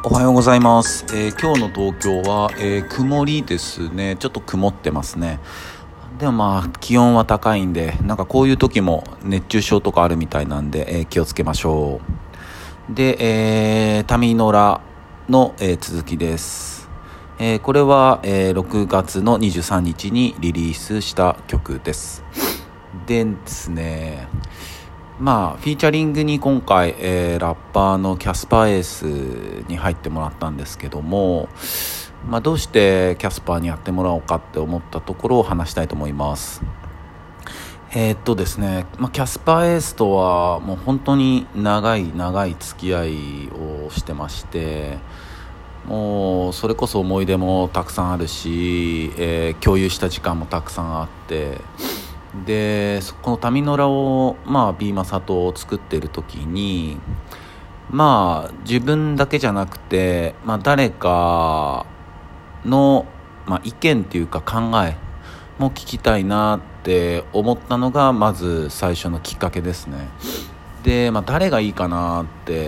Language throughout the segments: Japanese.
おはようございます。今日の東京は、曇りですね。ちょっと曇ってますね。でも気温は高いんで、なんかこういう時も熱中症とかあるみたいなんで、気をつけましょう。で、タミノラの、続きです。これは、6月の23日にリリースした曲です。でですね、フィーチャリングに今回、ラッパーのキャスパーエースに入ってもらったんですけども、どうしてキャスパーにやってもらおうかって思ったところを話したいと思います。ですね、キャスパーエースとはもう本当に長い付き合いをしてまして、もうそれこそ思い出もたくさんあるし、共有した時間もたくさんあって、でこのタミノラをビーマサトを作っている時に自分だけじゃなくて、誰かの、意見っていうか考えも聞きたいなって思ったのがまず最初のきっかけですね。で、誰がいいかなって、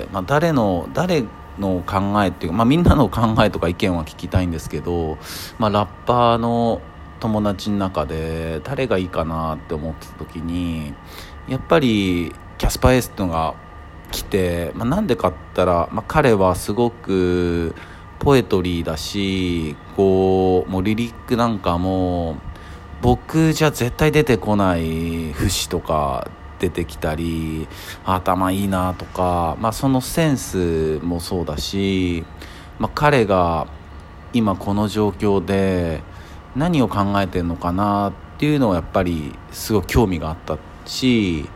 誰の考えっていうか、みんなの考えとか意見は聞きたいんですけど、ラッパーの友達の中で誰がいいかなって思ってた時に、やっぱりキャスパーエースっていうのが来て、なんでかって言ったら、彼はすごくポエトリーだし、もうリリックなんかも僕じゃ絶対出てこない節とか出てきたり、頭いいなとか、そのセンスもそうだし、彼が今この状況で何を考えてるのかなっていうのをやっぱりすごい興味があったし、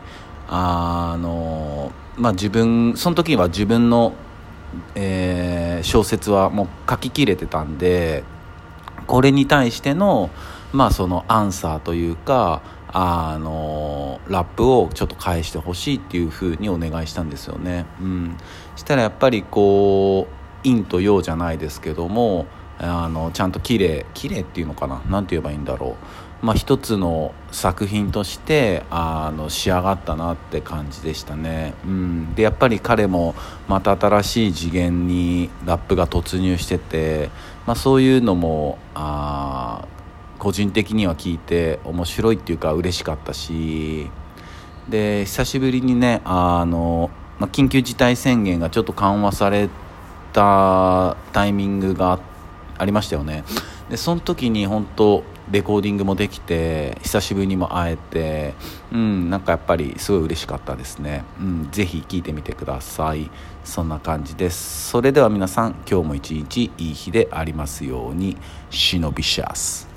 自分その時は自分の、小説はもう書ききれてたんで、これに対してのそのアンサーというかラップをちょっと返してほしいっていう風にお願いしたんですよね。したらやっぱり陰と陽じゃないですけども、ちゃんと綺麗っていうのかな、なんて言えばいいんだろう、一つの作品として仕上がったなって感じでしたね。でやっぱり彼もまた新しい次元にラップが突入してて、そういうのも個人的には聞いて面白いっていうか嬉しかったし、で久しぶりにね緊急事態宣言がちょっと緩和されたタイミングがありましたよね。でその時に本当レコーディングもできて、久しぶりにも会えて、なんかやっぱりすごい嬉しかったですね。ぜひ聴いてみてください。そんな感じです。それでは皆さん、今日も一日いい日でありますように。シノビシャス。